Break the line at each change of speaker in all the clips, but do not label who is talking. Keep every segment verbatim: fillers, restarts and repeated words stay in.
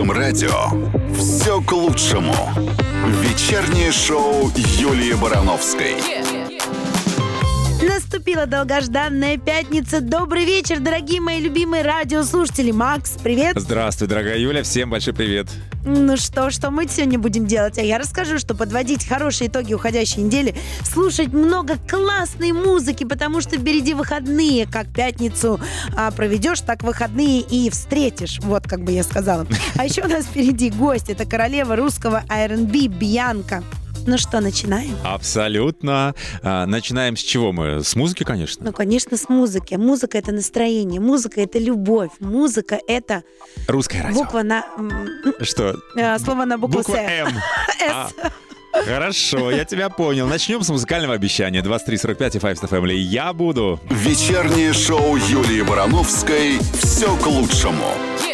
русском радио все к лучшему. Вечернее шоу Юлии Барановской.
Наступила долгожданная пятница. Добрый вечер, дорогие мои любимые радиослушатели. Макс, привет.
Здравствуй, дорогая Юля. Всем большой привет.
Ну что, что мы сегодня будем делать? А я расскажу, что подводить хорошие итоги уходящей недели, слушать много классной музыки, потому что впереди выходные. Как пятницу а, проведешь, так выходные и встретишь. Вот как бы я сказала. А еще у нас впереди гость. Это королева русского ар энд би Бьянка. Ну что, начинаем?
Абсолютно. А, начинаем с чего мы? С музыки, конечно?
Ну, конечно, с музыки. Музыка — это настроение, музыка — это любовь, музыка — это...
Русское радио.
Буква на...
Что?
Слово на букву
Буква М. А, хорошо, я тебя понял. Начнем с музыкального обещания. двадцать три сорок пять и Five Star Family. Я буду...
Вечернее шоу Юлии Барановской «Все к лучшему».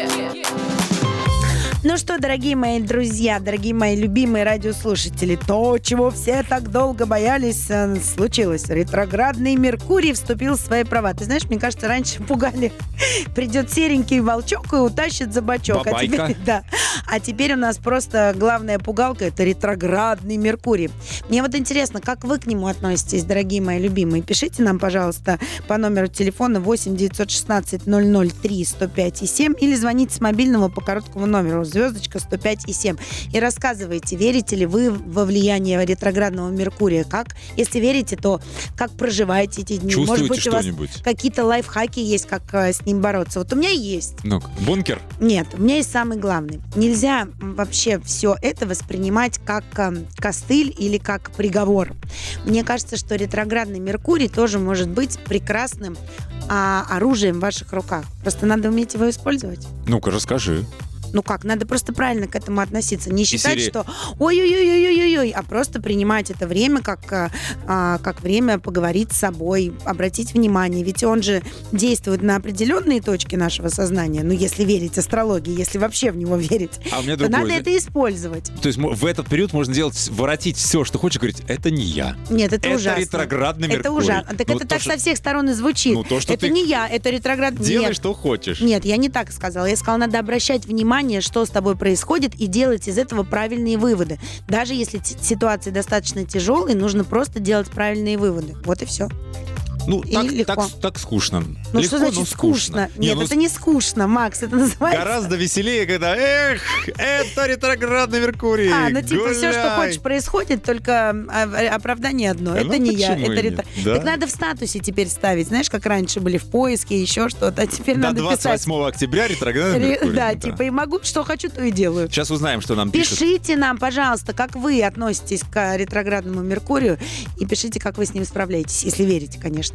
Ну что, дорогие мои друзья, дорогие мои любимые радиослушатели, то, чего все так долго боялись, случилось. Ретроградный Меркурий вступил в свои права. Ты знаешь, мне кажется, раньше пугали. Придет серенький волчок и утащит за бочок. А теперь, да. А теперь у нас просто главная пугалка — это ретроградный Меркурий. Мне вот интересно, как вы к нему относитесь, дорогие мои любимые? Пишите нам, пожалуйста, по номеру телефона восемь девятьсот шестнадцать ноль ноль три сто пять и семь или звоните с мобильного по короткому номеру звездочка сто пять и семь. И рассказывайте, верите ли вы во влияние ретроградного Меркурия. Как? Если верите, то как проживаете эти дни?
Чувствуете
Может быть, у вас
что-нибудь?
какие-то лайфхаки есть, как э, с ним бороться? Вот у меня есть.
Ну-ка, бункер?
Нет, у меня есть самый главный. Нельзя вообще все это воспринимать как э, костыль или как приговор. Мне кажется, что ретроградный Меркурий тоже может быть прекрасным а, оружием в ваших руках. Просто надо уметь его использовать.
Ну-ка, расскажи.
Ну как, надо просто правильно к этому относиться. Не считать,
серии...
что ой-ой-ой-ой-ой-ой, а просто принимать это время как, а, как время поговорить с собой, обратить внимание. Ведь он же действует на определенные точки нашего сознания. Ну, если верить астрологии, если вообще в него верить,
а у меня
то
другой,
надо это использовать.
То есть в этот период можно делать, воротить все, что хочешь, говорить, это не я.
Нет, это, это ужасно.
Это ретроградный Меркурий.
Это ужасно. Так
ну,
это
то,
так
что...
со всех сторон и звучит.
Ну, то, что
это
ты
не я, это ретроградный.
Делай,
Нет.
что хочешь.
Нет, я не так сказала. Я сказала, надо обращать внимание, что с тобой происходит, и делать из этого правильные выводы. Даже если ситуация достаточно тяжелая, нужно просто делать правильные выводы. Вот и все.
Ну, так,
легко.
так, так скучно.
Ну,
легко,
что значит
но
скучно?
скучно?
Нет,
Не, ну,
это не скучно, Макс, это называется...
Гораздо веселее, когда, эх, это ретроградный Меркурий,
А, ну типа
гуляй.
все, что хочешь, происходит, только оправдание одно.
Ну,
это не я,
почему
это
и
ретро...
нет? Да.
Так надо в статусе теперь ставить. Знаешь, как раньше были в поиске, еще что-то, а теперь
До
надо
двадцать восьмого октября ретроградный
писать...
Меркурий.
Да, типа, и могу, что хочу, то и делаю.
Сейчас узнаем, что нам пишут.
Пишите нам, пожалуйста, как вы относитесь к ретроградному Меркурию, и пишите, как вы с ним справляетесь, если верите, конечно.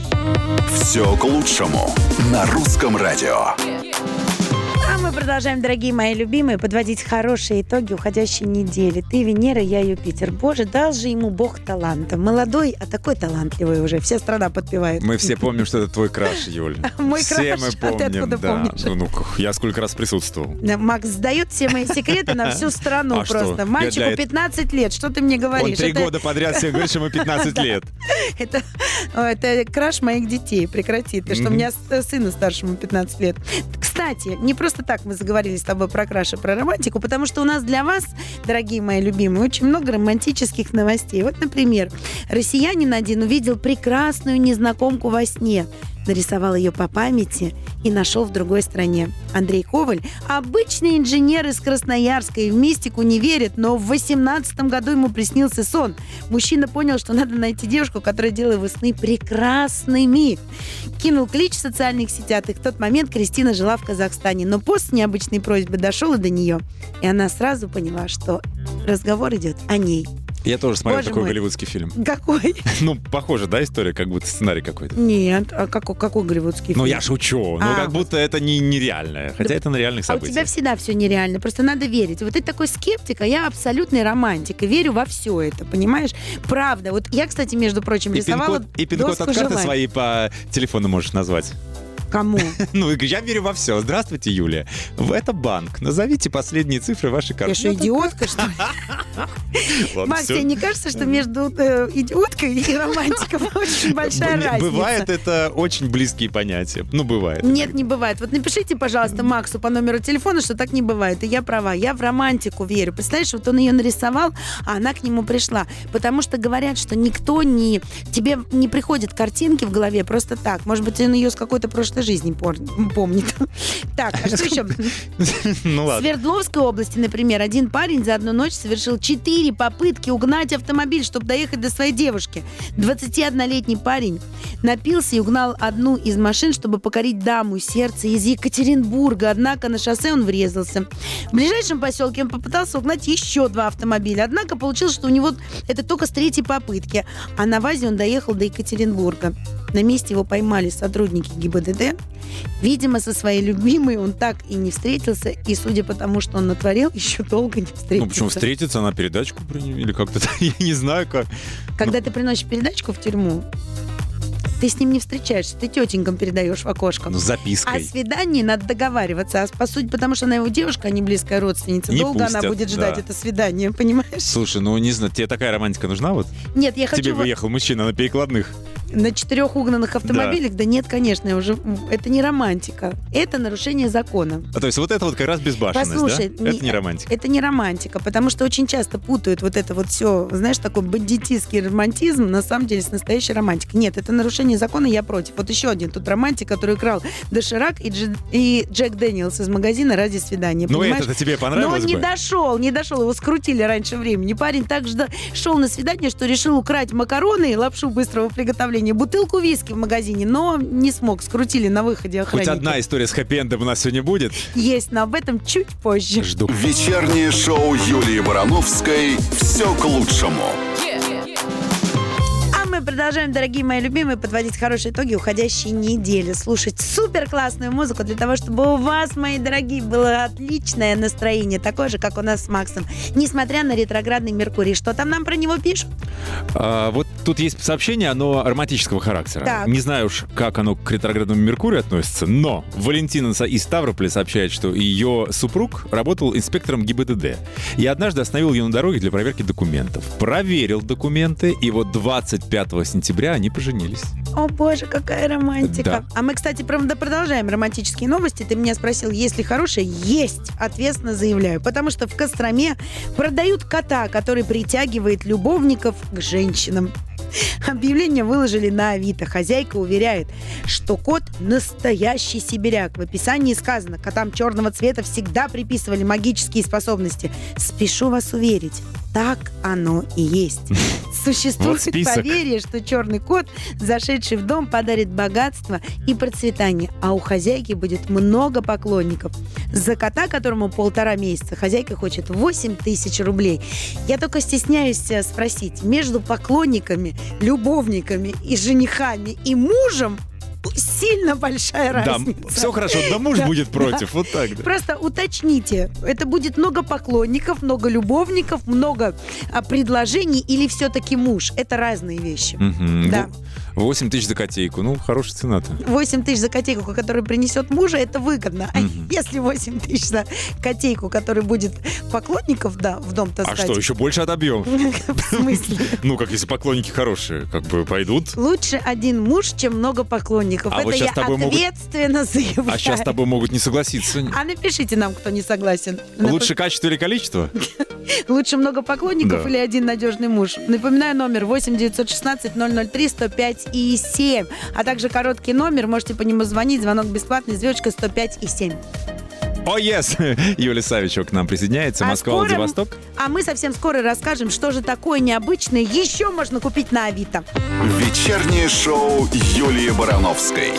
Все к лучшему на русском радио.
А мы продолжаем, дорогие мои любимые, подводить хорошие итоги уходящей недели. Ты Венера, я Юпитер. Боже, дал же ему Бог таланта. Молодой, а такой талантливый уже. Вся страна подпевает.
Мы все помним, что это твой краш, Юль.
Мой
все
краш?
мы
А ты
помним,
откуда
да.
помнишь?
Ну, ну, я сколько раз присутствовал.
Макс сдает все мои секреты на всю страну
А
просто.
что?
Мальчику
Я для-
пятнадцать лет. Что ты мне говоришь?
Он три
Это-
года подряд всем говорит, что ему пятнадцать лет.
Это, это краш моих детей. Прекрати ты, что у меня с- сыну старшему пятнадцать лет. Кстати, не просто так мы заговорили с тобой про краш и про романтику, потому что у нас для вас, дорогие мои любимые, очень много романтических новостей. Вот, например, россиянин один увидел прекрасную незнакомку во сне, нарисовал ее по памяти и нашел в другой стране. Андрей Коваль – обычный инженер из Красноярска и в мистику не верит, но в восемнадцатом году ему приснился сон. Мужчина понял, что надо найти девушку, которая делает его сны прекрасными. Кинул клич в социальных сетях, и в тот момент Кристина жила в Казахстане. Но пост с необычной просьбой дошел и до нее. И она сразу поняла, что разговор идет о ней.
Я тоже смотрел
Боже
такой
мой.
голливудский фильм.
Какой?
Ну, похоже, да, история, как будто сценарий какой-то.
Нет, а какой, какой голливудский фильм?
Ну, я шучу. Ну,
А.
как будто это не нереальное. Хотя
Да.
это на реальных
А у
событиях.
тебя всегда все нереально, просто надо верить. Вот ты такой скептик, а я абсолютный романтик и верю во все это, понимаешь? Правда. Вот я, кстати, между прочим,
И
рисовала
пин-код, и пин-код
доску
от карты
желаний.
своей по телефону можешь назвать.
Кому?
Ну, я верю во все. Здравствуйте, Юлия. В это банк. Назовите последние цифры вашей карты.
Я что, идиотка, что ли?
Ладно,
Макс,
всё.
тебе не кажется, что между э, идиоткой и романтиком очень большая
Б-
разница?
Бывает это очень близкие понятия. Ну, бывает.
Нет, не бывает. Вот напишите, пожалуйста, Максу по номеру телефона, что так не бывает. И я права. Я в романтику верю. Представляешь, вот он ее нарисовал, а она к нему пришла. Потому что говорят, что никто не... Тебе не приходят картинки в голове просто так. Может быть, он ее с какой-то прошлой жизни пор- помнит. Так, а что еще?
Ну
В
ладно.
Свердловской области, например, один парень за одну ночь совершил четыре попытки угнать автомобиль, чтобы доехать до своей девушки. двадцатиоднолетний парень напился и угнал одну из машин, чтобы покорить даму сердца из Екатеринбурга. Однако на шоссе он врезался. В ближайшем поселке он попытался угнать еще два автомобиля. Однако получилось, что у него это только с третьей попытки. А на ВАЗе он доехал до Екатеринбурга. На месте его поймали сотрудники ГИБДД. Видимо, со своей любимой он так и не встретился. И, судя по тому, что он натворил, еще долго не встретился.
Ну, почему встретиться, на передачку приняли? Или как-то, я не знаю, как.
Когда ты приносишь передачку в тюрьму, ты с ним не встречаешься, ты тетенькам передаешь в окошко.
Ну, с
О
запиской.
свидании надо договариваться. А по сути, потому что она его девушка, а не близкая родственница.
Не
Долго она
пустят,
будет ждать
да.
это свидание, понимаешь?
Слушай, ну не знаю, тебе такая романтика нужна вот?
Нет, я хочу
Тебе
вот
выехал мужчина на перекладных.
на четырех угнанных автомобилях. Да. нет, конечно, я уже это не романтика. Это нарушение закона.
А то есть вот это вот как раз безбашенность,
Послушай,
да? Это не романтика.
Это не романтика, потому что очень часто путают вот это вот все, знаешь, такой бандитистский романтизм на самом деле с настоящей романтикой. Нет, это нарушение закона, я против. Вот еще один тут романтик, который украл Доширак и, Дж... и Джек Дэниелс из магазина ради свидания.
Ну
понимаешь?
это-то тебе
Но
понравилось
он не
бы?
дошел, не дошел, его скрутили раньше времени. Парень так жда- шел на свидание, что решил украть макароны и лапшу быстрого приготовления, бутылку виски в магазине, но не смог, скрутили на выходе
Хоть
охранники.
одна история с хэппи-эндом у нас сегодня будет?
Есть, но об этом чуть позже.
Жду.
Вечернее шоу Юлии Барановской «Все к лучшему».
А мы продолжаем, дорогие мои любимые, подводить хорошие итоги уходящей недели. Слушать супер классную музыку для того, чтобы у вас, мои дорогие, было отличное настроение, такое же, как у нас с Максом. Несмотря на ретроградный Меркурий. Что там нам про него пишут?
А, вот тут есть сообщение, оно романтического характера.
Так.
Не знаю уж, как оно к ретроградному Меркурию относится, но Валентина из Ставрополя сообщает, что ее супруг работал инспектором ГИБДД. И однажды остановил ее на дороге для проверки документов. Проверил документы, и вот двадцать пятого сентября они поженились.
О боже, какая романтика.
Да.
А мы, кстати, правда, продолжаем романтические новости. Ты меня спросил, есть ли хорошие? Есть, ответственно заявляю. Потому что в Костроме продают кота, который притягивает любовников к женщинам. Объявление выложили на Авито. Хозяйка уверяет, что кот настоящий сибиряк. В описании сказано, котам черного цвета всегда приписывали магические способности. Спешу вас уверить, так оно и есть. Существует
Вот список.
поверье, что черный кот, зашедший в дом, подарит богатство и процветание, а у хозяйки будет много поклонников. За кота, которому полтора месяца, хозяйка хочет восемь тысяч рублей. Я только стесняюсь э, спросить, между поклонниками, любовниками и женихами и мужем сильно большая
Да,
разница.
все хорошо, да муж
Да,
будет
да.
против, вот так, да.
Просто уточните, это будет много поклонников, много любовников, много а, предложений или все-таки муж? Это разные вещи.
Мгм.
Да.
Во- восемь тысяч за котейку, ну, хорошая цена-то.
восемь тысяч за котейку, который принесет мужа, это выгодно. А
Мгм.
если восемь тысяч за котейку, который будет поклонников, да, в дом
А
таскать?
что, еще больше отобьем?
В смысле?
Ну, как если поклонники хорошие, как бы пойдут.
Лучше один муж, чем много поклонников.
А
Это
вот
я
щас с тобой могут-
ответственно заявляю.
А сейчас с тобой могут не согласиться.
А напишите нам, кто не согласен.
Лучше качество или количество?
Лучше много поклонников
Да.
или один надежный муж? Напоминаю, номер восемь девятьсот шестнадцать ноль ноль три сто пять и семь. А также короткий номер, можете по нему звонить. Звонок бесплатный, звездочка сто пять и семь.
О, yes! Юлия Савичева к нам присоединяется.
А
Москва,
скоро-
Владивосток.
А мы совсем скоро расскажем, что же такое необычное еще можно купить на Авито.
Вечернее шоу Юлии Барановской.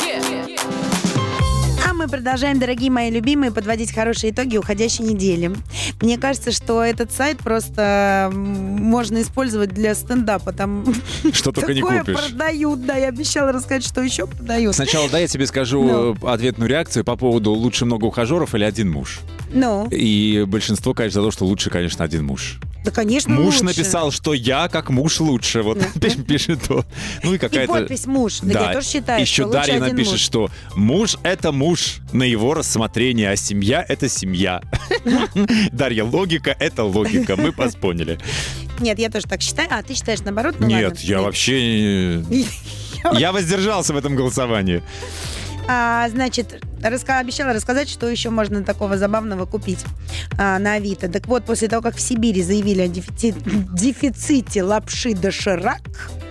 А мы продолжаем, дорогие мои любимые, подводить хорошие итоги уходящей недели. Мне кажется, что этот сайт просто м, можно использовать для стендапа. Там
Что только не
такое
купишь.
продают. Да, я обещала рассказать, что еще продают.
Сначала, да, я тебе скажу
Ну.
э, ответную реакцию по поводу лучше много ухажеров или один муж.
Ну,
И большинство, конечно, за то, что лучше, конечно, один муж.
да, конечно,
Муж
лучше.
написал, что я как муж лучше. Вот пишет, пишет то. Ну и
И
какая-то...
подпись муж. Да, я тоже считаю,
Еще
что лучше
Дарья
один
напишет,
муж.
что муж — это муж на его рассмотрение, а семья — это семья. Дарья, логика — это логика. Мы поняли.
Нет, я тоже так считаю. А, ты считаешь наоборот? Ну,
Нет,
ладно.
я вообще... Я воздержался в этом голосовании.
А, значит, раска- обещала рассказать, что еще можно такого забавного купить а, на Авито. Так вот, после того, как в Сибири заявили о дефици- дефиците лапши доширак,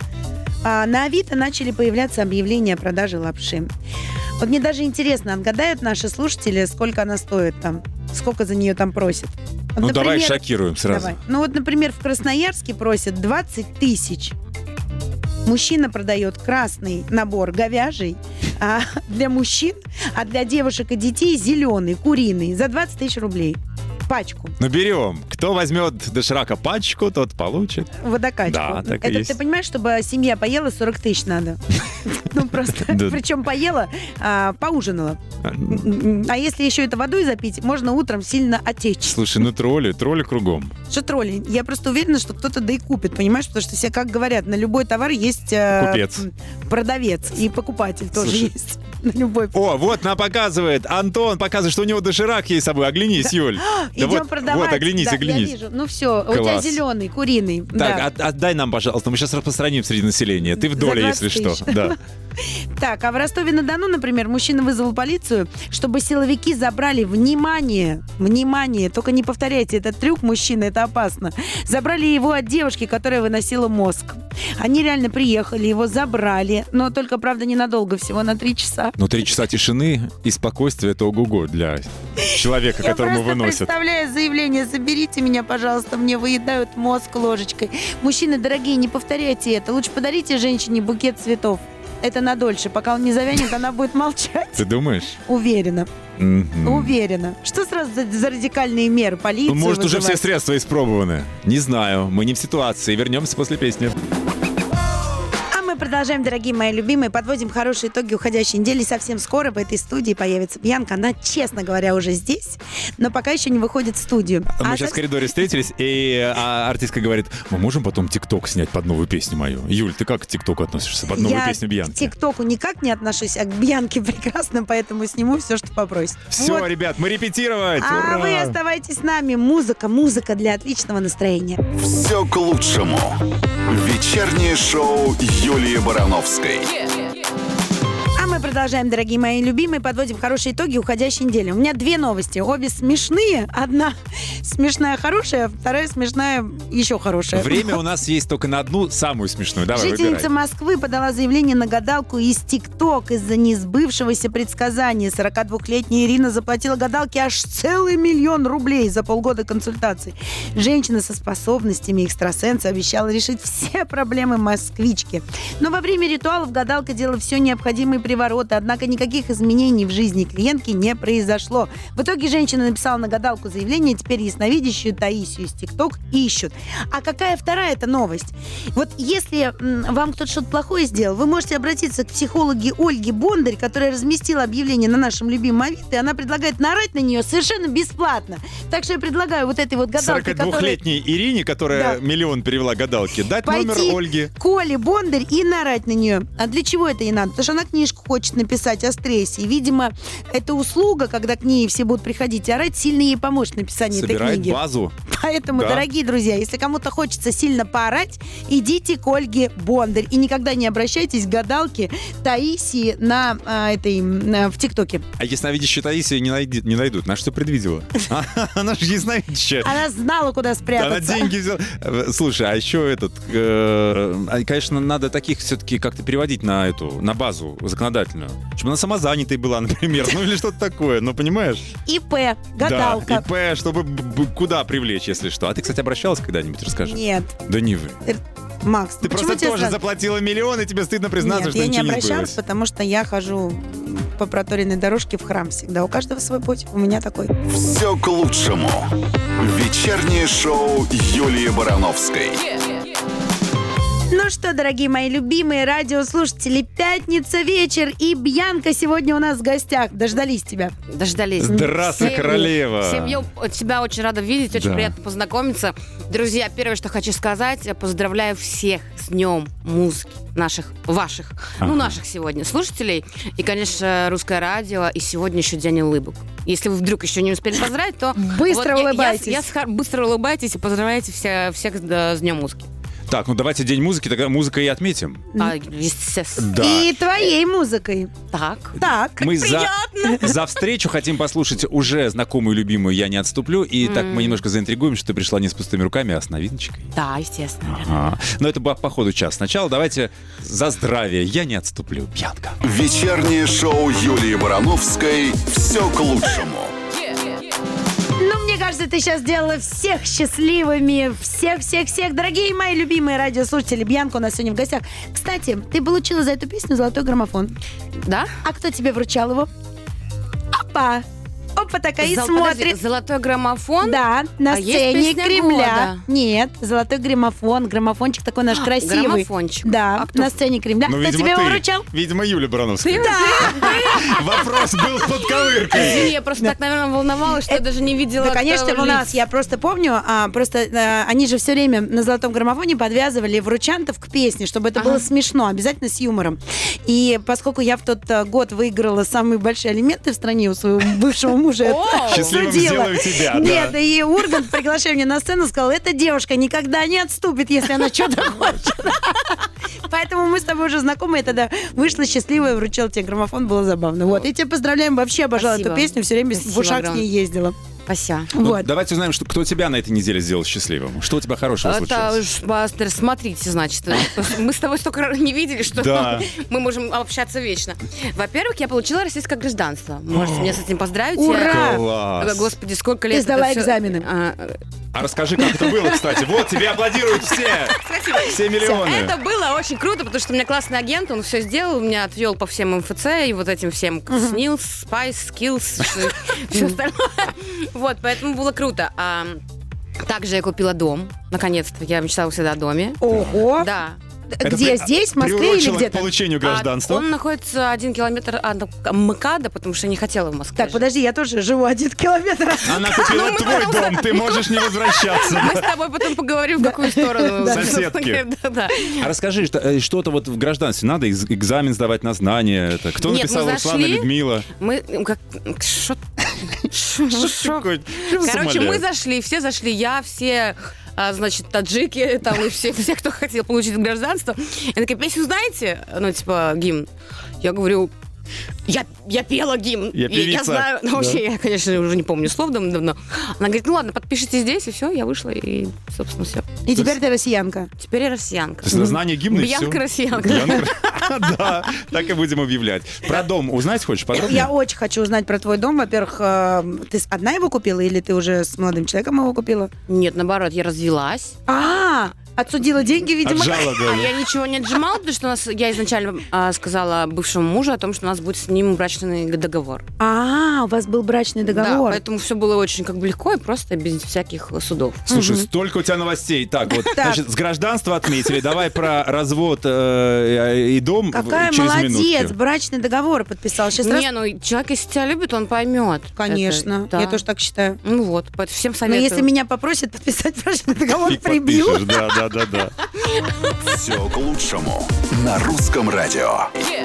а, на Авито начали появляться объявления о продаже лапши. Вот мне даже интересно, отгадают наши слушатели, сколько она стоит там, сколько за нее там просят. Вот,
Ну давай
например,
шокируем сразу.
давай. Ну вот, например, в Красноярске просят двадцать тысяч. Мужчина продает красный набор говяжий а, для мужчин, а для девушек и детей зеленый, куриный, за двадцать тысяч рублей. Пачку.
Ну берем. Кто возьмет доширака пачку, тот получит.
Водокачку.
Да, так и
Это
есть.
ты понимаешь, чтобы семья поела, сорок тысяч надо. Ну просто.
Да.
Причем поела, а, поужинала. А если еще это водой запить, можно утром сильно отечь.
Слушай, ну тролли, тролли кругом.
Что тролли? Я просто уверена, что кто-то да и купит, понимаешь? Потому что все, как говорят, на любой товар есть э,
Купец.
м, продавец и покупатель тоже
Слушай.
есть. На любой.
О, вот нам показывает, Антон показывает, что у него доширак есть с собой. Оглянись, Юль. Да
Идем
вот,
продавать.
Вот, оглянись,
Да,
оглянись.
Я вижу. Ну все, у тебя
Класс.
зеленый, куриный.
Так,
да.
от- отдай нам, пожалуйста, мы сейчас распространим среди населения. Ты в
За
доле, если
двадцать
что.
тысяч.
Да.
Так, а в Ростове-на-Дону, например, мужчина вызвал полицию, чтобы силовики забрали внимание, внимание, только не повторяйте этот трюк, мужчина, это опасно. Забрали его от девушки, которая выносила мозг. Они реально приехали, его забрали, но только, правда, ненадолго, всего на три часа.
Ну, три часа тишины и спокойствия — это ого-го для человека,
Я
которому
просто
выносят.
представляю заявление: заберите меня, пожалуйста, мне выедают мозг ложечкой. Мужчины, дорогие, не повторяйте это. Лучше подарите женщине букет цветов. Это надольше. Пока он не завянет, она будет молчать.
Ты думаешь?
Уверена.
Мгм.
Уверена. Что сразу за, за радикальные меры? Полицию
Ну, может, уже все
вызывать?
средства испробованы. Не знаю, мы не в ситуации. Вернемся после песни.
А мы продолжаем, дорогие мои любимые, подводим хорошие итоги уходящей недели. Совсем скоро в этой студии появится Бьянка. Она, честно говоря, уже здесь, но пока еще не выходит в студию.
Мы
А
сейчас
со-
в коридоре встретились, и а, артистка говорит: мы можем потом ТикТок снять под новую песню мою? Юль, ты как к ТикТоку относишься? Под новую
Я
песню
к
Бьянки.
ТикТоку никак не отношусь, а к Бьянке прекрасно, поэтому сниму все, что попросит.
Все,
Вот.
ребят, мы репетировать!
А
Ура!
вы оставайтесь с нами. Музыка, музыка для отличного настроения.
Все к лучшему. Вечернее шоу Юлии Барановской.
А мы продолжаем, дорогие мои любимые, подводим хорошие итоги уходящей недели. У меня две новости, обе смешные. Одна смешная хорошая, вторая смешная еще хорошая.
Время у нас есть только на одну самую смешную. Давай,
Жительница
выбирай.
Москвы подала заявление на гадалку из ТикТок из-за несбывшегося предсказания. сорокадвухлетняя Ирина заплатила гадалке аж целый миллион рублей за полгода консультаций. Женщина со способностями экстрасенса обещала решить все проблемы москвички. Но во время ритуалов гадалка делала все необходимые привороты, однако никаких изменений в жизни клиентки не произошло. В итоге женщина написала на гадалку заявление, теперь ясновидящую Таисию из ТикТок ищут. А какая вторая это новость? Вот если м, вам кто-то что-то плохое сделал, вы можете обратиться к психологе Ольге Бондарь, которая разместила объявление на нашем любимом Авито, и она предлагает наорать на нее совершенно бесплатно. Так что я предлагаю вот этой вот гадалке, которая...
сорокадвухлетней Ирине, которая
Да.
миллион перевела гадалки, дать
Пойти
номер Ольги.
к Оле Бондарь и наорать на нее. А для чего это ей надо? Потому что она книжку хочет написать о стрессе. И, видимо, эта услуга, когда к ней все будут приходить и орать, сильно ей поможет в написании этой
Собирает
книги.
базу.
Поэтому,
Да.
дорогие друзья, если кому-то хочется сильно поорать, идите к Ольге Бондарь. И никогда не обращайтесь к гадалке Таисии на, а, этой, на- в ТикТоке.
А ясновидящую Таисию не, найди- не найдут. Она что предвидела? Она же ясновидящая.
Она знала, куда
Она
спрятаться.
деньги взяла. Э, Слушай, а еще этот, э, а, конечно, надо таких все-таки как-то переводить на эту, на базу законодательную. Чтобы она самозанятой была, например, ну или что-то такое, ну понимаешь?
ИП, гадалка.
Да, ИП, чтобы б- б- куда привлечь, если что. А ты, кстати, обращалась когда-нибудь, расскажи?
Нет.
Да не ври.
Макс,
Ты
ну почему
просто
тебе
тоже
сразу-
заплатила миллион, и тебе стыдно признаться,
Нет,
что
я не
ничего не
обращалась,
сбылось.
потому что я хожу по проторенной дорожке в храм всегда. У каждого свой путь. У меня такой.
Все к лучшему. Вечернее шоу Юлии Барановской.
Ну Ну что, дорогие мои любимые радиослушатели, пятница вечер, и Бьянка сегодня у нас в гостях. Дождались тебя.
Дождались.
Здравствуй,
Всем-
королева.
Всем я тебя очень рада видеть, очень
Да.
приятно познакомиться. Друзья, первое, что хочу сказать, я поздравляю всех с Днем музыки. Наших, ваших,
Ага.
ну наших сегодня слушателей. И, конечно, Русское радио. И сегодня еще День улыбок. Если вы вдруг еще не успели поздравить, то...
Быстро
вот я-
улыбайтесь.
Я, я с хар- быстро улыбайтесь и поздравляйте вся, всех да, с Днем музыки.
Так, ну давайте День музыки, тогда музыкой и отметим.
А, естественно.
Да.
И твоей музыкой.
Так.
Так.
Мы за, за встречу хотим послушать уже знакомую, любимую «Я не отступлю». И так мы немножко заинтригуем, что ты пришла не с пустыми руками, а с новиночкой.
Да, естественно.
Ага. Но это по, по ходу час. Сначала давайте за здравие. «Я не отступлю». Бьянка.
Вечернее шоу Юлии Барановской «Все к лучшему».
Ну, мне кажется, ты сейчас сделала всех счастливыми. Всех-всех-всех. Дорогие мои любимые радиослушатели, Бьянка у нас сегодня в гостях. Кстати, ты получила за эту песню «Золотой граммофон».
Да?
А кто тебе вручал его? Опа! Опа, такая и
Зол-
смотрит.
подожди, золотой граммофон?
Да, на
А есть
сцене
песня
Кремля.
года?
Нет, золотой граммофон. Граммофончик такой наш красивый.
Граммофончик.
Да,
А кто?
на сцене Кремля.
Ну,
Кто
видимо,
тебе его
ты.
вручал?
Видимо, Юля Барановская.
Да.
Вопрос был с подковыркой.
Извини, я просто так, наверное, волновалась, что я даже не видела.
Да, конечно,
кто
у нас.
лиц.
Я просто помню, а, просто а, они же все время на золотом граммофоне подвязывали вручантов к песне, чтобы это
Ага.
было смешно, обязательно с юмором. И поскольку я в тот а, год выиграла самые большие алименты в стране у своего бывшего мужа, это
О!
Счастливым
судила.
сделаю тебя, да.
Нет, и Ургант, приглашая меня на сцену, сказал, эта девушка никогда не отступит, если она что-то хочет. Поэтому мы с тобой уже знакомы, я тогда вышла счастливая, вручила тебе граммофон, было забавно. Вот, и тебя поздравляем, вообще обожала
Спасибо.
эту песню, все время в
Спасибо
ушах с
огромное.
ней ездила.
Спасибо.
Ну,
Вот.
давайте узнаем, что, кто тебя на этой неделе сделал счастливым. Что у тебя хорошего
Это,
случилось?
уж, Бастер, смотрите, значит. Мы с тобой столько раз не видели, что
Да.
мы можем общаться вечно. Во-первых, я получила российское гражданство. Можете меня с этим поздравить.
Ура!
Я-
Класс.
Господи, сколько лет
Ты
это
сдала
всё-
экзамены.
А,
А расскажи, как это было, кстати. Вот, тебе аплодируют все. Все миллионы.
Это было очень круто, потому что у меня классный агент, он все сделал, меня отвел по всем МФЦ и вот этим всем снилс, спайс, скиллс, все остальное. Вот, поэтому было круто. А, Также я купила дом, наконец-то. Я мечтала всегда о доме.
Ого!
Да.
Это
Где,
при-
здесь, в Москве или
приурочило к
где-то?
получению гражданства.
А он находится один километр от МКАДа, потому что я не хотела в Москве
Так,
жить.
подожди, я тоже живу один километр.
Она купила
Ну, мы
твой
потом-
дом, ты можешь не возвращаться.
Мы с тобой потом поговорим, в какую сторону.
Соседки.
Да, да.
А расскажи, что- э, что-то вот в гражданстве надо экз- экзамен сдавать на знание. Это. Кто
Нет,
написал
мы
Руслана,
зашли.
Людмила?
Мы ну, как... Шо- шо- шо-
Такой, что за
Короче,
Сомали?
мы зашли, все зашли, я, все, а, значит, таджики, там, и все, все, кто хотел получить гражданство. Я такая, песню знаете? Ну, типа, гимн. Я говорю, я, я пела гимн.
Я
Я,
певица.
знаю. Ну,
Да.
вообще, я, конечно, уже не помню слов давно. Она говорит, ну ладно, подпишите здесь, и все, я вышла, и, собственно, все.
И теперь ты россиянка.
Теперь я россиянка.
То есть на знание гимна и всё?
Бьянка россиянка.
Бьянка. Да, так и будем объявлять. Про дом узнать хочешь подробнее?
Я очень хочу узнать про твой дом. Во-первых, э, ты одна его купила или ты уже с молодым человеком его купила?
Нет, наоборот, я развелась.
А, отсудила деньги, видимо.
Отжала, да.
А я ничего не отжимала, потому что у нас, я изначально а, сказала бывшему мужу о том, что у нас будет с ним брачный договор.
А, у вас был брачный
Да,
договор.
поэтому все было очень как бы легко и просто без всяких судов.
Слушай, столько у тебя новостей. Так, вот,
Так.
значит, с гражданства отметили. Давай про развод э, и дом
Какая
через
молодец,
минутки.
брачный договор подписал. Сейчас раз...
Не, ну человек, если тебя любит, он поймет.
Конечно,
Это- да.
я тоже так считаю.
Ну вот, поэтому всем
Но
советую.
если меня попросят подписать брачный договор,
Фиг
прибью.
подпишешь. Да, да, да, да.
Все к лучшему на русском радио.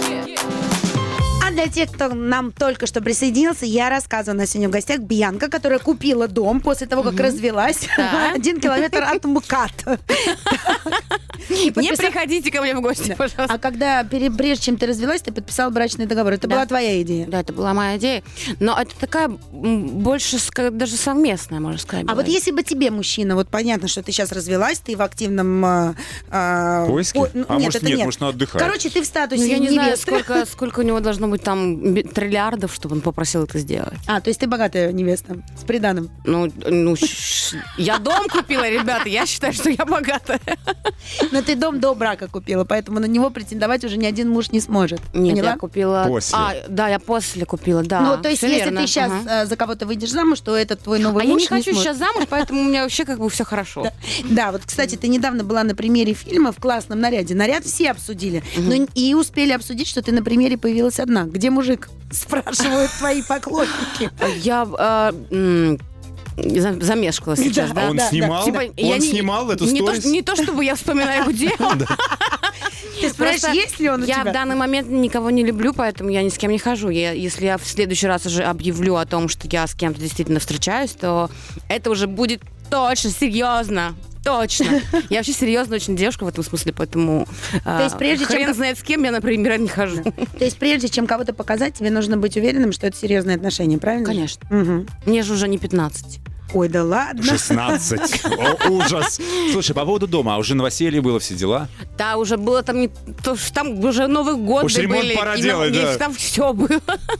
А для тех, кто нам только что присоединился, я рассказываю, у нас сегодня в гостях Бьянка, которая купила дом после того, как развелась.
Да.
Один километр от МКАДа.
Не
подписал-
приходите ко мне в гости, пожалуйста.
А когда, пере- прежде чем ты развелась, ты подписала брачный договор. Это
Да.
была твоя идея.
Да, это была моя идея. Но это такая м, больше ска- даже совместная, можно сказать.
А
была.
вот если бы тебе, мужчина, вот понятно, что ты сейчас развелась, ты в активном... а, а,
Поиске?
по- ну,
А может,
это
нет, может, она отдыхает.
Короче, ты в статусе
Ну, я не знаю,
невесты.
сколько, сколько у него должно быть там би- триллиардов, чтобы он попросил это сделать.
А, то есть ты богатая невеста с приданым.
Ну, ну, ш- я дом купила, ребята, я считаю, что я богатая.
Но ты дом до брака купила, поэтому на него претендовать уже ни один муж не сможет.
Нет,
Поняла?
я купила...
После.
А, да, я после купила, да.
Ну, то есть,
всё
если
верно.
ты сейчас
Ага.
за кого-то выйдешь замуж, то этот твой новый
А я
муж
не хочу
сможет.
сейчас замуж, поэтому у меня вообще как бы все хорошо.
Да, вот, кстати, ты недавно была на примере фильма в классном наряде. Наряд все обсудили. Но и успели обсудить, что ты на примере появилась одна. Где мужик? Спрашивают твои поклонники.
Я э, м, за- замешкалась сейчас,
Да,
да?
А он
да,
снимал?
Типа, я
Он
не-
снимал эту
не то,
сторис?
что- не то, чтобы я вспоминаю, где он.
Ты спрашиваешь,
Просто
есть ли он у
Я
тебя?
в данный момент никого не люблю, поэтому я ни с кем не хожу. Я, если я в следующий раз уже объявлю о том, что я с кем-то действительно встречаюсь, то это уже будет точно, серьезно. Точно. Я вообще серьезная очень девушка в этом смысле, поэтому
То есть прежде чем
хрен
как-
знает с кем я, например, не хожу.
То есть прежде чем кого-то показать, тебе нужно быть уверенным, что это серьезные отношения, правильно?
Конечно.
Мгм.
Мне же уже не пятнадцать.
Ой, да ладно.
шестнадцать. О, ужас. Слушай, по поводу дома, а уже новоселье было, все дела?
Да, уже было там не то, что там уже Новый год
Уж ремонт
были.
пора
и
делать,
на- и
да.
там все было.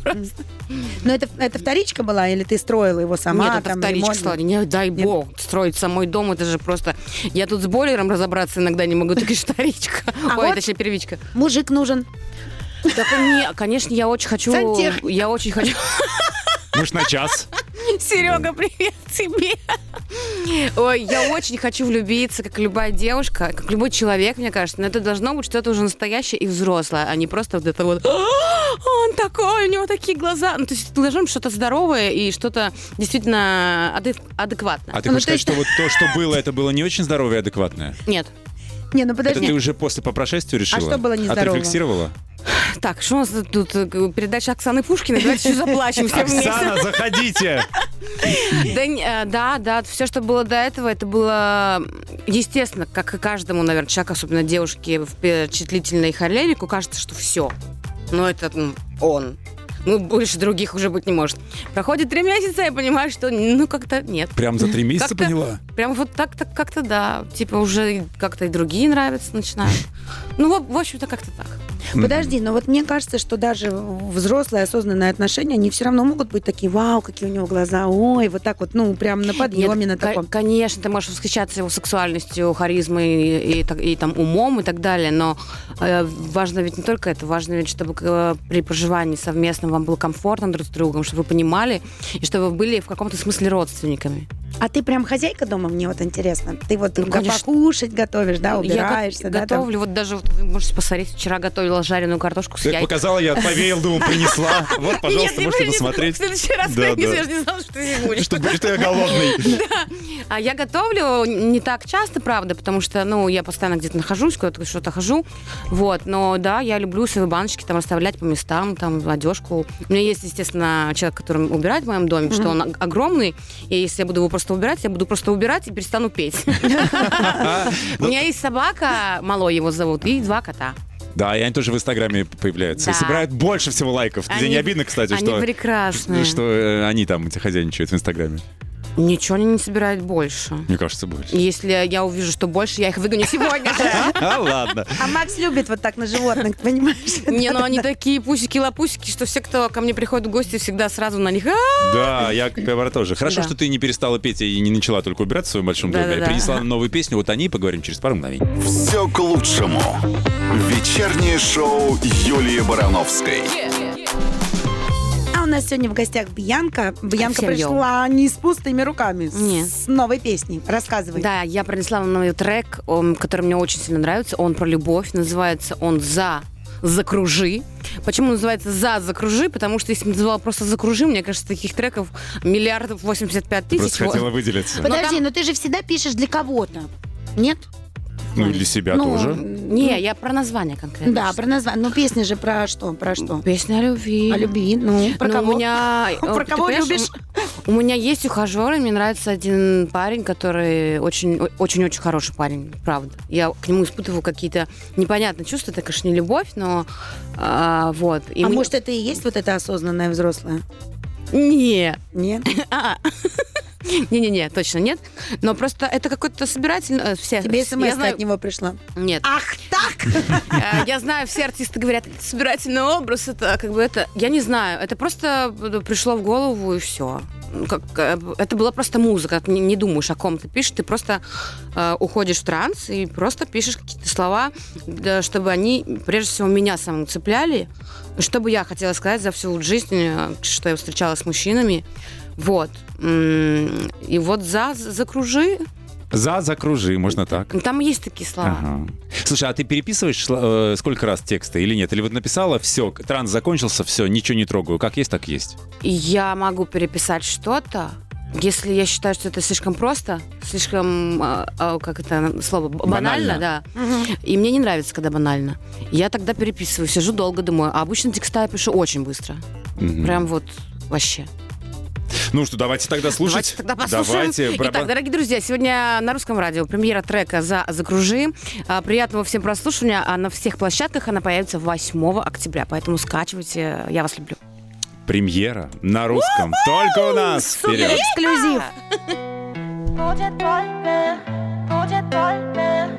Но это, это вторичка была, или ты строила его сама?
Нет, это
там,
вторичка,
ремонт?
Слава, не дай
Нет.
бог. Строить самой дом, это же просто... Я тут с бойлером разобраться иногда не могу, так и вторичка.
А
Ой,
вот-
точнее, первичка.
Мужик нужен.
Так, не, конечно, я очень хочу...
Сантехник.
Я очень хочу...
Муж на час.
Серега, привет тебе. Ой, я очень хочу влюбиться, как любая девушка, как любой человек, мне кажется. Но это должно быть что-то уже настоящее и взрослое, а не просто вот это вот «А, он такой, у него такие глаза». Ну, то есть это должно быть что-то здоровое и что-то действительно адек- адекватное.
А ты
Ну,
хочешь
то
сказать, что вот то, что было, это было не очень здоровое и адекватное?
Нет.
Не, ну
Это
подожди.
ты уже после по прошествию решила?
что было нездорового?
Отрефлексировала?
Так, что у нас тут э, передача Оксаны Пушкиной? Давайте еще заплачем все вместе.
Оксана, заходите!
Да, не- э, да, да, все, что было до этого, это было, естественно, как и каждому, наверное, человеку, особенно девушке впечатлительной холерику, кажется, что все. Но это ну, он. Ну, больше других уже быть не может. Проходит три месяца, я понимаю, что ну как-то нет.
Прям за три месяца
Как-то-
поняла?
Прям вот так-то как-то да. Типа уже как-то и другие нравятся начинают. Ну, в, в общем-то, как-то так.
Подожди, но вот мне кажется, что даже взрослые осознанные отношения, они все равно могут быть такие, вау, какие у него глаза, ой, вот так вот, ну, прям на подъеме, на
Нет, ко-
таком.
Конечно, ты можешь восхищаться его сексуальностью, харизмой и, и, так- и там умом и так далее, но э, важно ведь не только это, важно ведь, чтобы э, при проживании совместном вам было комфортно друг с другом, чтобы вы понимали, и чтобы вы были в каком-то смысле родственниками.
А ты прям хозяйка дома, мне вот интересно. Ты вот
Ну,
га-
конечно.
покушать готовишь, да,
Я
убираешься,
го-
да? там?
готовлю, вот даже вот вы можете посмотреть, вчера готовила жареную картошку с
Ты
яйцами.
показала, я повеял, думал, принесла. Вот, пожалуйста,
Нет,
можете
не принесу.
посмотреть.
В следующий раз
Да,
принесу,
да.
я же не знала, что ты будешь.
Что, что я голодный.
А я готовлю не так часто, правда, потому что, ну, я постоянно где-то нахожусь, куда-то что-то хожу. Вот, но да, я люблю свои баночки там расставлять по местам, там, одежку. У меня есть, естественно, человек, который убирает в моем доме, что он о- огромный, и если я буду его просто убирать, я буду просто убирать и перестану петь. У меня есть собака, Малой его зовут, и два кота.
Да, и они тоже в Инстаграме появляются. И
Да.
собирают больше всего лайков. Тебе
Они-
не обидно, кстати,
Они
что,
прекрасные.
что э, они там эти хозяйничают в Инстаграме?
Ничего они не собирают больше.
Мне кажется, больше.
Если я увижу, что больше, я их выгоню сегодня же.
А, ладно.
А Макс любит вот так на животных, понимаешь?
Не, ну они такие пусики-лопусики, что все, кто ко мне приходит в гости, всегда сразу на них. «А!»
Да, я говорю тоже. Хорошо,
Да.
что ты не перестала петь и не начала только убираться в своем большом доме.
Да-да-да.
Принесла новую песню, вот о ней поговорим через пару мгновений.
Все к лучшему. Вечернее шоу Юлии Барановской.
А у нас сегодня в гостях Бьянка. Бьянка
Всем йоу.
пришла не с пустыми руками,
Не.
с новой песней. Рассказывай.
Да, я принесла вам новый трек, он, который мне очень сильно нравится. Он про любовь, называется он «За». «Закружи». Почему называется «За закружи»? Потому что если бы называла просто «Закружи», мне кажется, таких треков миллиардов восемьдесят пять тысяч.
Просто хотела выделиться.
Подожди,
там-
но ты же всегда пишешь для кого-то. Нет?
Ну и для себя
Ну,
тоже.
Не, я про название конкретно.
Да, про название. Ну, песня же про что? Про что?
Песня о любви.
О любви. Ну, про
Ну,
кого?
у меня...
Про
Ты
кого
понимаешь,
любишь?
У у меня есть ухажеры, мне нравится один парень, который очень, очень-очень хороший парень, правда. Я к нему испытываю какие-то непонятные чувства, это, конечно, не любовь, но а, вот. И
А
мне-
может, это и есть вот это осознанное взрослое?
Не.
Нет?
А, Не-не-не, точно нет. Но просто это какой-то собирательный... Все,
Тебе смс
знаю...
от него пришла?
Нет.
Ах так!
Я знаю, все артисты говорят, это собирательный образ, это как бы это... Я не знаю, это просто пришло в голову и все. Как, это была просто музыка, ты не, не думаешь, о ком ты пишешь, ты просто э, уходишь в транс и просто пишешь какие-то слова, да, чтобы они, прежде всего, меня самого цепляли, что бы я хотела сказать за всю жизнь, что я встречалась с мужчинами. Вот. И вот за, закружи.
За, закружи, можно так.
Там есть такие слова.
Ага. Слушай, а ты переписываешь э, сколько раз тексты или нет? Или вот написала, все, транс закончился, все, ничего не трогаю. Как есть, так есть.
Я могу переписать что-то, если я считаю, что это слишком просто, слишком, э, э, как это слово, банально, банально. Да. Угу. И мне не нравится, когда банально. Я тогда переписываю, сижу долго, думаю. А обычно текста я пишу очень быстро. Угу. Прям вот вообще.
Ну что, давайте тогда слушать.
Давайте тогда послушаем.
Давайте.
Итак, дорогие друзья, сегодня на Русском радио премьера трека «За «Закружи». Приятного всем прослушивания. А на всех площадках она появится восьмого октября. Поэтому скачивайте. Я вас люблю.
Премьера на русском. Только у нас.
Супер эксклюзив.
Будет больно, будет больно.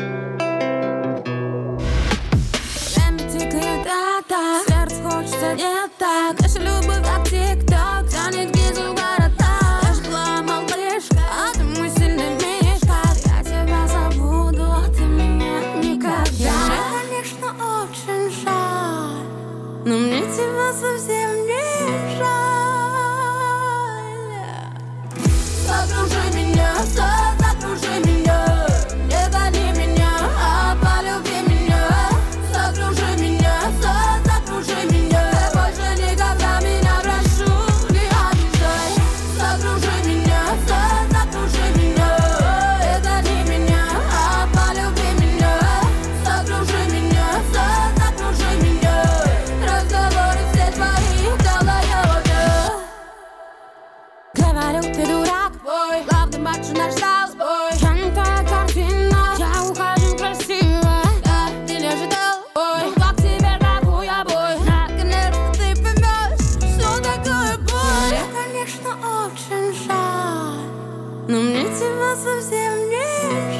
Время тикает, да-да. Сердце хочется не так. Наша любовь как тик-так. Тянет внизу города. Я ж была малышка, а ты мой сильный мишка. Я тебя забуду, а ты меня никогда. Мне, конечно, очень жаль, но мне тебя совсем не жаль. Закружи меня, закружи меня. Не гони меня, а полюби меня. Закружи меня, закружи меня. Больше никогда меня прошу, не обижай. Закружи меня, закружи меня. Не гони меня, а полюби меня. Закружи меня, закружи меня. Разговоры все твои в голове. Говорю, ты дурак, бой. Главный матч наш зал, бой. Я не твоя картина, я ухожу красиво. Да, ты не ожидал, ой. Ну как тебе такой обой? Наконец-то ты поймешь, что такое боль. Мне, конечно, очень жаль, но мне тебя совсем не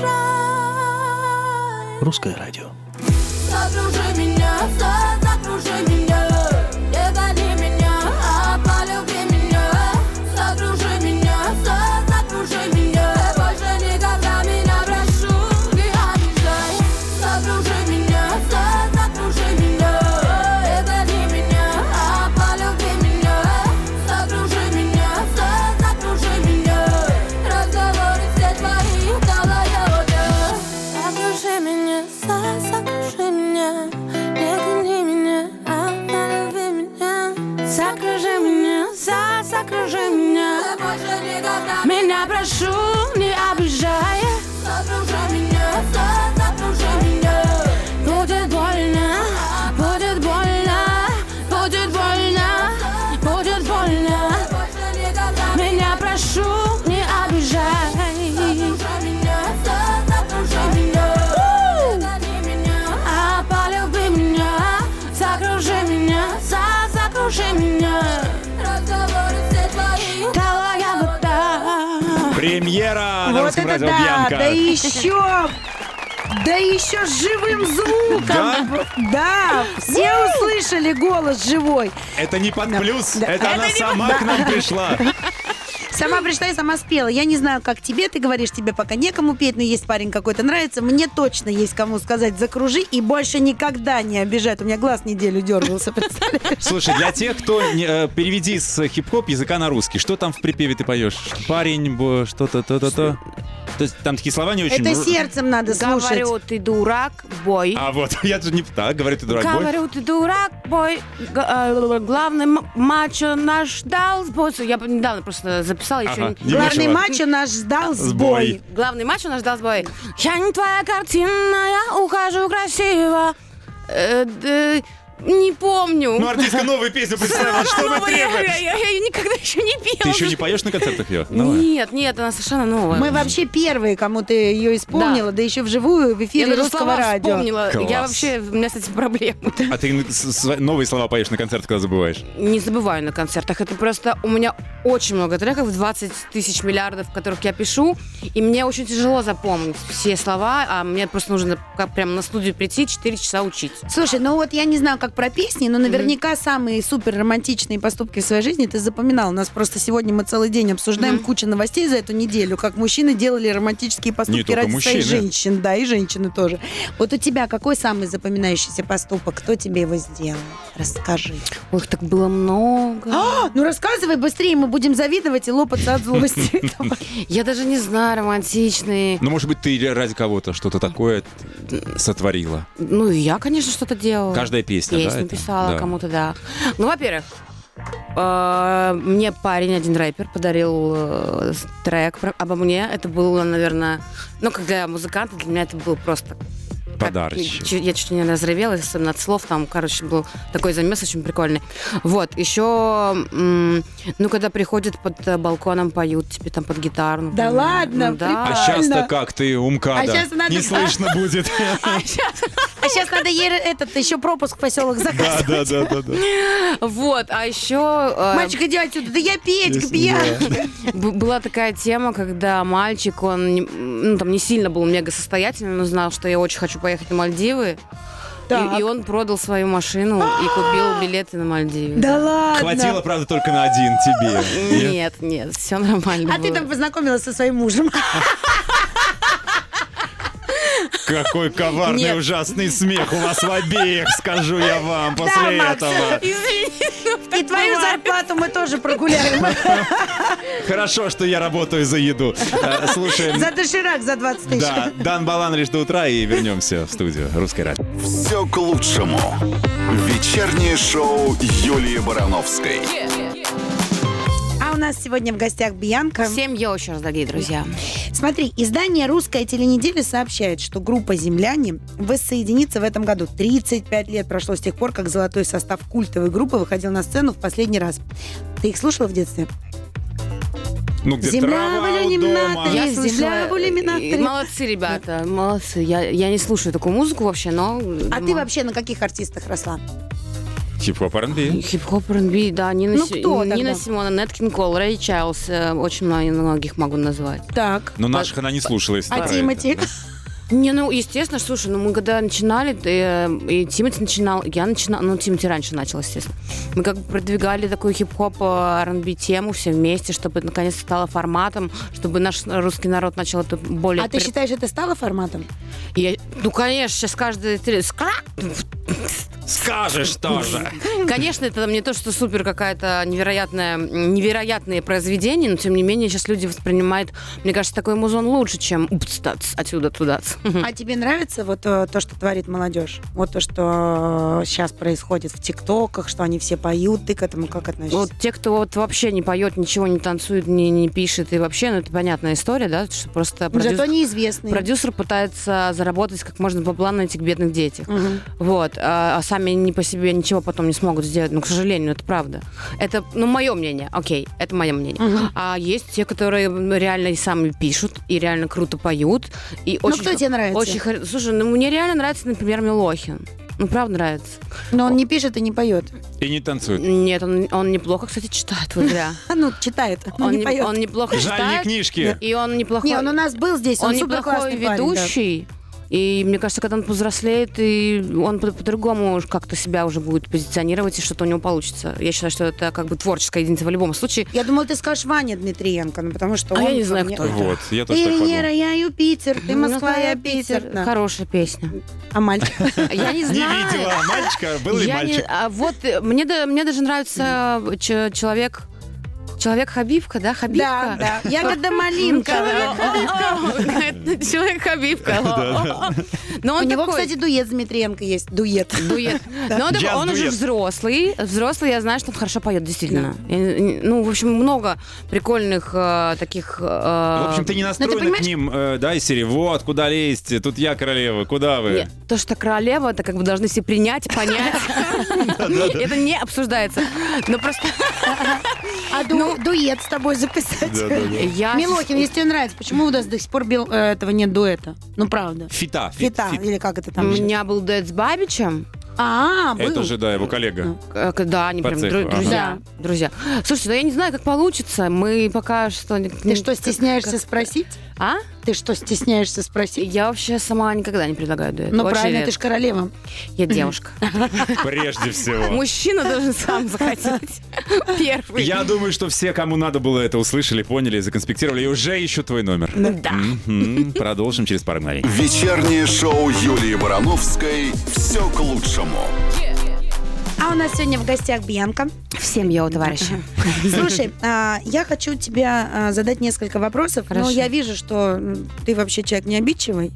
жаль.
Русское радио.
Закружи меня, закружи меня. Не гони меня, а полюби меня. Закружи меня, закружи меня. Больше никогда меня прошу, не обижай. Закружи меня, закружи меня. Не гони меня, а полюби меня. Закружи меня, закружи меня. Разговоры все твои в голове. Закружи меня, закружи меня. Не гони меня, а полюби меня. Закружи меня, закружи меня. Больше никогда меня прошу, не обижай. Закружи меня, закружи меня. Будет больно, будет больно, будет больно, будет больно. Больше никогда меня прошу, не обижай. Закружи меня, закружи меня. Не гони меня, а полюби меня. Закружи меня, закружи меня. Разговоры все твои. Талая вода.
Премьера на
Вот
Русском
это
радио
да,
Бьянка.
да еще, да еще с живым звуком.
Да?
Да, все услышали голос живой.
Это не под плюс,
Да.
это
Это
она
не
сама
под-
к нам пришла.
Сама пришла и сама спела. Я не знаю, как тебе, ты говоришь, тебе пока некому петь, но есть парень какой-то нравится. Мне точно есть кому сказать «закружи» и больше никогда не обижать. У меня глаз неделю дергался, представляешь?
Слушай, для тех, кто не, э, переведи с хип-хоп языка на русский, что там в припеве ты поешь? Парень, бо, что-то, то-то-то. То есть там такие слова не очень...
Это сердцем надо слушать.
Говорю, ты дурак, бой.
А вот, я же не так, говорю, ты дурак, бой.
Говорю, ты дурак, бой. Г- э, Главный м- мачо наш ждал сбой. Я недавно просто записала, еще
Ага,
не...
не
Главный
вышла.
матч у нас ждал
Сбой.
сбой.
Главный матч у нас ждал сбой. Я не твоя картина, я ухожу красиво. Э, д- Не помню.
Ну, артистка новую песню представила, что мы
Новая, я,
требуем?
я- я ее никогда еще не пела.
Ты еще не поешь на концертах ее?
Нет, нет, она совершенно новая.
Мы вообще первые, кому ты ее исполнила, да, еще вживую в
я
эфире
даже
Русского
слова
радио.
вспомнила.
Класс.
Я вообще, у меня с этим проблемы.
А ты с- с- новые слова поешь на концертах, когда забываешь?
Не забываю на концертах. Это просто у меня очень много треков, двадцать тысяч миллиардов, в которых я пишу, и мне очень тяжело запомнить все слова, а мне просто нужно как прям на студию прийти, четыре часа учить.
Слушай, ну вот я не знаю, как про песни, но наверняка самые супер романтичные поступки в своей жизни ты запоминал. У нас просто сегодня мы целый день обсуждаем
Мгм.
кучу новостей за эту неделю, как мужчины делали романтические поступки
только
ради своих
мужчины.
женщин. Да, и женщины тоже. Вот у тебя какой самый запоминающийся поступок? Кто тебе его сделал? Расскажи.
Ой, их так было много.
А, ну рассказывай быстрее, мы будем завидовать и лопаться от злости. Давай.
Я даже не знаю, романтичные.
Ну, может быть, ты ради кого-то что-то такое сотворила?
Ну, и я, конечно, что-то делала.
Каждая песня, да?
Песню
это?
писала
Да.
кому-то, да. Ну, во-первых, э, мне парень, один рэпер, подарил э, трек про- обо мне. Это было, наверное, ну, как для музыканта, для меня это было просто...
Подарочек.
Чуть- Я чуть не разревелась, особенно от слов. Там, короче, был такой замес очень прикольный. Вот, еще, м, ну, когда приходят под э, балконом, поют тебе там под гитару.
Да
например.
ладно,
Ну, да.
А
прикольно.
сейчас-то как ты, умка,
А
да?
щас надо-
Не слышно будет.
А щас-
А сейчас надо ей этот еще пропуск в поселок
Да,
заказывать.
да, да, да, да.
Вот, а еще... э,
Мальчик, иди отсюда. Да я Петька,
Если-
пьяный.
Б- Была такая тема, когда мальчик, он не, ну, там, не сильно был мега состоятельный, но знал, что я очень хочу поехать на Мальдивы.
Так.
И, и он продал свою машину и купил билеты на Мальдивы.
Да ладно.
Хватило, правда, только на один тебе.
Нет, нет, все нормально
А ты
было.
там познакомилась со своим мужем.
Какой коварный,
Нет.
ужасный смех у вас в обеих, скажу я вам,
Да,
после
Макс.
этого.
И твою зарплату мы тоже прогуляем.
Хорошо, что я работаю за еду. Э, Слушаем.
За доширак за двадцать тысяч.
Да, Дан Балан лишь до утра, и вернемся в студию Русской радио.
Все к лучшему. Вечернее шоу Юлии Барановской.
А у нас сегодня в гостях Бьянка.
Всем йоу еще раз, дорогие друзья.
Смотри, издание «Русская теленеделя» сообщает, что группа «Земляне» воссоединится в этом году. тридцать пять лет прошло с тех пор, как золотой состав культовой группы выходил на сцену в последний раз. Ты их слушала в детстве?
Ну, где
Земля
трава
в
у
иллюминаторе.
дома.
Я земля в иллюминаторе.
И молодцы, ребята, молодцы. Я, я не слушаю такую музыку вообще, но...
А ты вообще на каких артистах росла?
Хип-хоп ар энд би.
Хип-хоп, эр энд би, да. Нина,
Ну,
Си-
кто
Нина
тогда?
Симона, Нэт Кинг Кол, Рэй Чарльз. э, Очень много- многих могу назвать.
Так.
Но наших она не слушала, если
А
про
Тимати?
это.
Не, ну, естественно, слушай, ну, мы когда начинали, э, и Тимати начинал, я начинала, ну, Тимати раньше начал, естественно. Мы как бы продвигали такую хип-хоп, э, ар энд би тему все вместе, чтобы это наконец стало форматом, чтобы наш русский народ начал это более...
А ты
при-
считаешь, это стало форматом?
Я- Ну, конечно, сейчас каждый... три- скра-
Скажешь тоже.
Конечно, это не то, что супер какая-то невероятная, невероятные произведения, но тем не менее сейчас люди воспринимают, мне кажется, такой музон лучше, чем упс-тац, отсюда-туда.
А тебе нравится вот э, то, что творит молодежь? Вот то, что сейчас происходит в ТикТоках, что они все поют, ты к этому как относишься?
Вот те, кто вот вообще не поет, ничего не танцует, не, не пишет, и вообще, ну, это понятная история, да, что просто продюс-
Зато неизвестные.
продюсер пытается заработать как можно бабла на этих бедных детях.
Мгм.
Вот. А, а сами не по себе ничего потом не смогут сделать. Ну, к сожалению, это правда. Это, ну, мое мнение. Окей, это мое мнение.
Мгм.
А есть те, которые реально и сами пишут, и реально круто поют. И
Ну,
очень,
кто тебе нравится?
Очень, хор- слушай, ну, мне реально нравится, например, Милохин. Ну, правда нравится.
Но он не пишет и не поет.
И не танцует.
Нет, он, он неплохо, кстати, читает. Вот зря.
А ну, читает, но
Он,
не
не-
поет.
он неплохо
Жаль, не
читает.
книжки.
И он неплохой.
Не, он у нас был здесь, он,
Он
супер
неплохой
классный
ведущий. И мне кажется, когда он повзрослеет, и он по- по-другому уж как-то себя уже будет позиционировать, и что-то у него получится. Я считаю, что это как бы творческая единица в любом случае.
Я думала, ты скажешь Ваня Дмитриенко, ну, потому что
А
он...
я не знаю,
мне-
кто это.
Вот, я тоже
Ты
так
Венера,
подумал.
я Юпитер, ты Москва, я
Ну,
Питер. Да.
Хорошая песня.
А мальчик?
Я не
Не
знаю.
видела мальчика, был ли
Я не-
мальчик?
а вот э, мне, да- мне даже нравится ч- человек... Человек-хабибка, да? Хабибка?
Да, да. Ягода малинка.
Человек-хабибка. Но
У
он
него,
такой-
кстати, дуэт с Дмитриенко есть. Дуэт.
Дуэт. Но он, такой- он уже
Джаз-дуэт.
взрослый. Взрослый, я знаю, что он хорошо поет, действительно. И, Ну, в общем, много прикольных э, таких... э,
В общем, ты не настроена
понимаешь-
к ним, э, да, из серии «Вот, куда лезть? Тут я королева, куда вы?»
Нет, то, что королева, это как бы должны все принять, понять. Это не обсуждается. Но просто
А ду- дуэт с тобой записать.
я...
Милохин, если тебе нравится, почему у нас до сих пор бил- э, этого нет дуэта? Ну, правда.
Фита. фит,
Фита,
фит.
или как это
У
там?
меня был дуэт с Бабичем.
А, был.
Это же, да, его коллега.
Э, к- Да, они
По
прям
цеху,
дру-
ага.
друзья. Друзья. Слушайте, ну я не знаю, как получится. Мы пока что...
Ты что, стесняешься спросить?
А?
Ты что, стесняешься спросить?
Я вообще сама никогда не предлагаю дуэт.
Ну,
Очень
правильно,
редко.
ты же королева.
Я девушка.
Прежде всего.
Мужчина должен сам захотеть. Первый.
Я думаю, что все, кому надо было это, услышали, поняли, законспектировали и уже ищут твой номер.
Да.
Мгм. Продолжим через пару мгновений.
Вечернее шоу Юлии Барановской «Все к лучшему».
А у нас сегодня в гостях Бьянка.
Всем йоу, товарищи.
Слушай, а, я хочу тебе а, задать несколько вопросов, но
Хорошо.
я вижу, что м, ты вообще человек не обидчивый.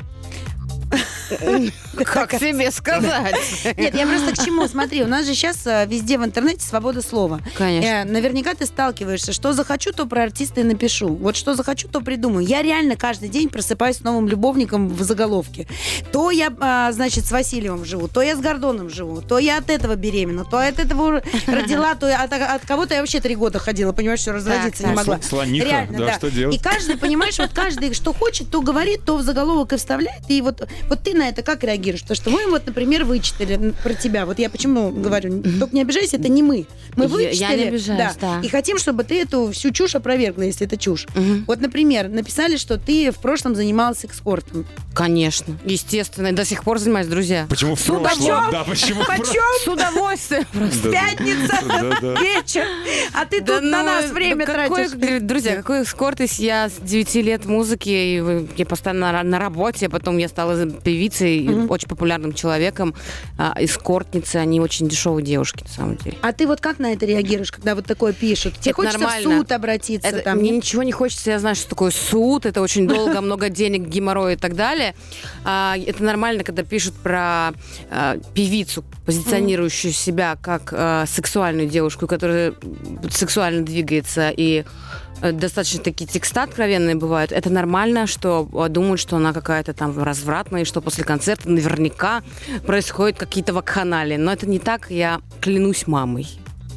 Как тебе сказать?
Нет, я просто к чему? Смотри, у нас же сейчас а, везде в интернете свобода слова.
Конечно.
Э, наверняка ты сталкиваешься, что захочу, то про артиста и напишу. Вот что захочу, то придумаю. Я реально каждый день просыпаюсь с новым любовником в заголовке. То я, а, значит, с Васильевым живу, то я с Гордоном живу, то я от этого беременна, то от этого родила, то я от, от кого-то я вообще три года ходила, понимаешь, что разводиться
Так,
не
так.
могла.
Слониха,
Реально,
да, что делать?
И каждый, понимаешь, вот каждый, что хочет, то говорит, то в заголовок и вставляет. И вот, вот ты на это как реагируешь? То, что мы вот, например, вычитали про тебя. Вот я почему говорю, только не обижайся, это не мы. Мы
Я-
вычитали.
я не обижаюсь, да.
И хотим, чтобы ты эту всю чушь опровергла, если это чушь.
Мгм.
Вот, например, написали, что ты в прошлом занималась экспортом.
Конечно. Естественно. И до сих пор занимаюсь, друзья.
Почему в
С
прошлом?
удовольствием.
Да, почему в прошлом?
Почем?
С удовольствием. просто.
Пятница,
Да-да.
вечер. А ты
Да
тут на
ну,
нас время
ну какой,
тратишь.
Друзья, какой эскортность. Я с девяти лет музыки, и вы- я постоянно на, на работе, потом я стала певицей, и очень популярным человеком. А, эскортницы, они очень дешевые девушки, на самом деле.
А ты вот как на это реагируешь, когда вот такое пишут? Тебе
Это
хочется
нормально.
в суд обратиться?
Это-
там,
мне
нет?
ничего не хочется, я знаю, что такое суд, это очень долго, много денег, геморрой и так далее. А, это нормально, когда пишут про а, певицу, позиционирующую себя как а, сексуальную девушку, которая сексуально двигается и э, достаточно такие текста откровенные бывают. Это нормально, что а, думают, что она какая-то там развратная, и что после концерта наверняка происходят какие-то вакханалии. Но это не так, я клянусь мамой.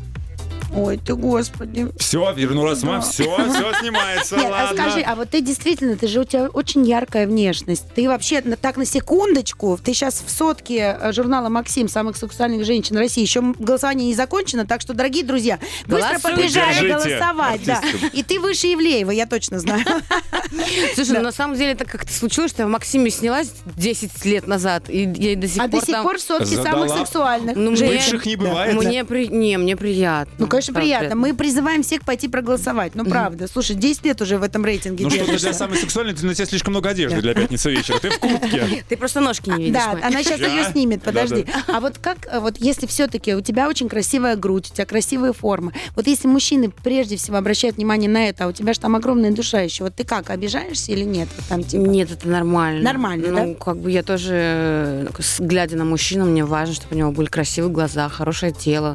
Ой, ты, господи.
Все, вернулась мама, все, все снимается,
Нет, а
ладно.
скажи, а вот ты действительно, ты же у тебя очень яркая внешность. Ты вообще на- так на секундочку, ты сейчас в сотке э, журнала «Максим» самых сексуальных женщин России. Еще м- голосование не закончено, так что, дорогие друзья, быстро
Голосуйте.
побежали
Поддержите
голосовать. Да.
артистку.
И ты выше Ивлеева, я точно знаю.
Слушай, ну на самом деле это как-то случилось, что я в «Максиме» снялась десять лет назад, и я до сих
А
пор
до сих
там-
пор в сотке
Задала.
самых сексуальных
Ну,
женщин.
мне-
Бывших не бывает.
Мне, при... не, мне приятно.
Ну, конечно,
Правда,
приятно. Мы призываем всех пойти проголосовать. Ну, правда. Слушай, десять лет уже в этом рейтинге
Ну что, ты
держишься.
для самой сексуальной, ты на тебе слишком много одежды для пятницы вечера. Ты в куртке.
Ты просто ножки не видишь.
Да,
мои.
она сейчас ее
Да.
снимет, подожди.
Да-да.
А вот как, э, вот если все-таки у тебя очень красивая грудь, у тебя красивые формы, вот если мужчины прежде всего обращают внимание на это, а у тебя же там огромная душа еще, вот ты как, обижаешься или нет? Вот там, типа...
Нет, это нормально.
Нормально,
Ну, как бы я тоже, э, с- глядя на мужчину, мне важно, чтобы у него были красивые глаза, хорошее тело,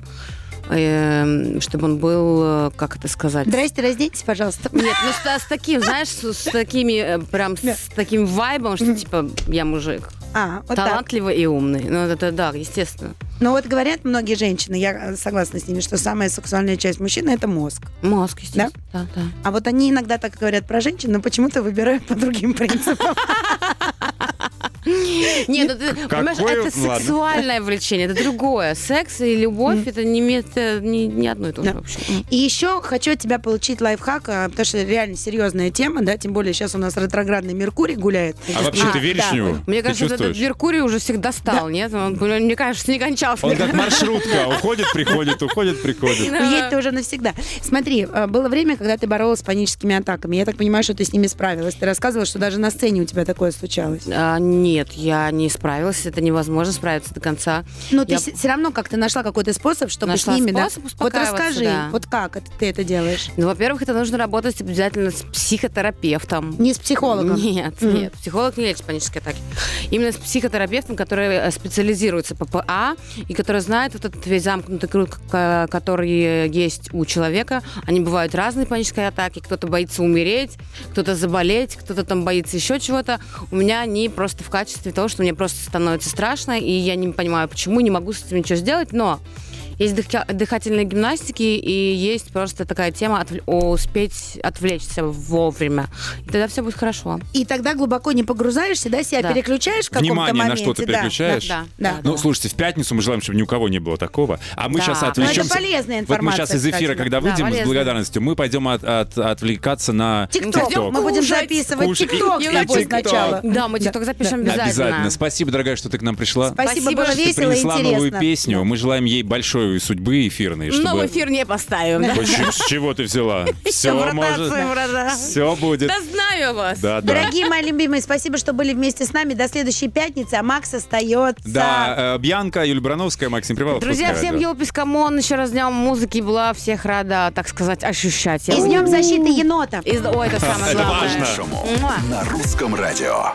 э, чтобы он был, э, как это сказать...
Здрасте, разденьтесь, пожалуйста.
Нет, ну с, с таким, знаешь, с, с такими, э, прям с таким вайбом, что типа я мужик.
А, вот так.
Талантливый и умный. Ну, это да, естественно.
Но вот говорят многие женщины, я э, согласна с ними, что самая сексуальная часть мужчины – это мозг.
Мозг, естественно. Да, да.
А вот они иногда так говорят про женщин, но почему-то выбирают по другим принципам.
Нет, ну ты понимаешь, это
ладно.
сексуальное влечение, это другое. Секс и любовь это не, имеет, э, не, не одно и то же
Да.
вообще.
И еще хочу от тебя получить лайфхак, а, потому что реально серьезная тема, да, тем более сейчас у нас ретроградный Меркурий гуляет.
А вообще ты веришь
да.
в него?
Мне
Ты
кажется, этот
чувствуешь?
Меркурий уже всех достал, нет? Он, мне кажется, не кончался.
Он как маршрутка. Уходит, приходит, уходит, приходит.
Уедь ты уже навсегда. Смотри, а, было время, когда ты боролась с паническими атаками. Я так понимаю, что ты с ними справилась. Ты рассказывала, что даже на сцене у тебя такое случалось.
А, нет, Нет, я не справилась, это невозможно справиться до конца.
Но ты
Я-
все равно как-то нашла какой-то способ, чтобы
Нашла
с ними... да?
способ
Вот
успокаиваться,
расскажи,
да.
вот как это, ты это делаешь?
Ну, во-первых, это нужно работать обязательно с психотерапевтом.
Не с психологом?
Нет,
Мгм.
нет. Психолог не лечит панические атаки. Именно с психотерапевтом, который э, специализируется по ПА и который знает вот этот весь замкнутый круг, к- который есть у человека. Они бывают разные панические атаки. Кто-то боится умереть, кто-то заболеть, кто-то там боится еще чего-то. У меня они просто в качестве того, что мне просто становится страшно, и я не понимаю, почему, не могу с этим ничего сделать, но есть дыхя- дыхательные гимнастики, и есть просто такая тема отв- успеть отвлечься вовремя. И тогда все будет хорошо.
И тогда глубоко не погрузаешься, да, себя
Да.
переключаешь в каком-то
Внимание
моменте?
на что ты
да.
переключаешь.
Да,
Да.
Ну,
да.
слушайте, в пятницу мы желаем, чтобы ни у кого не было такого. А мы
Да.
сейчас
Ну, это
отвлечемся.
полезная
Вот мы сейчас
информация,
из эфира,
кстати,
когда
да.
выйдем
Да,
с
полезно.
благодарностью, мы пойдем от- от- отвлекаться на
ТикТок.
ТикТок.
Мы будем
Кушать.
записывать
Кушать.
ТикТок
И-
с
и
тобой
ТикТок.
сначала.
Да, мы ТикТок запишем обязательно.
Обязательно. Спасибо, дорогая, что ты к нам пришла.
Спасибо,
Спасибо,
было
что
Ты
весело и
принесла новую
интересно.
песню. Мы желаем ей большой судьбы эфирной. Чтобы...
Но в эфир не поставим. Да?
Почему? С чего ты взяла? Все
в
может.
ротацию, братан.
Все будет.
Да знаю вас.
Да, да.
Дорогие мои любимые, спасибо, что были вместе с нами. До следующей пятницы, а Макс остается.
Да, э, Бьянка, Юлия Брановская, Максим Привалов.
Друзья,
Русское
всем
радио.
Йопис Камон, еще раз днем музыки была, всех рада, так сказать, ощущать.
И с Днем защиты енота.
Из- Ой, это самое
Это
главное.
важно.
Шоу
Муа.
на русском радио.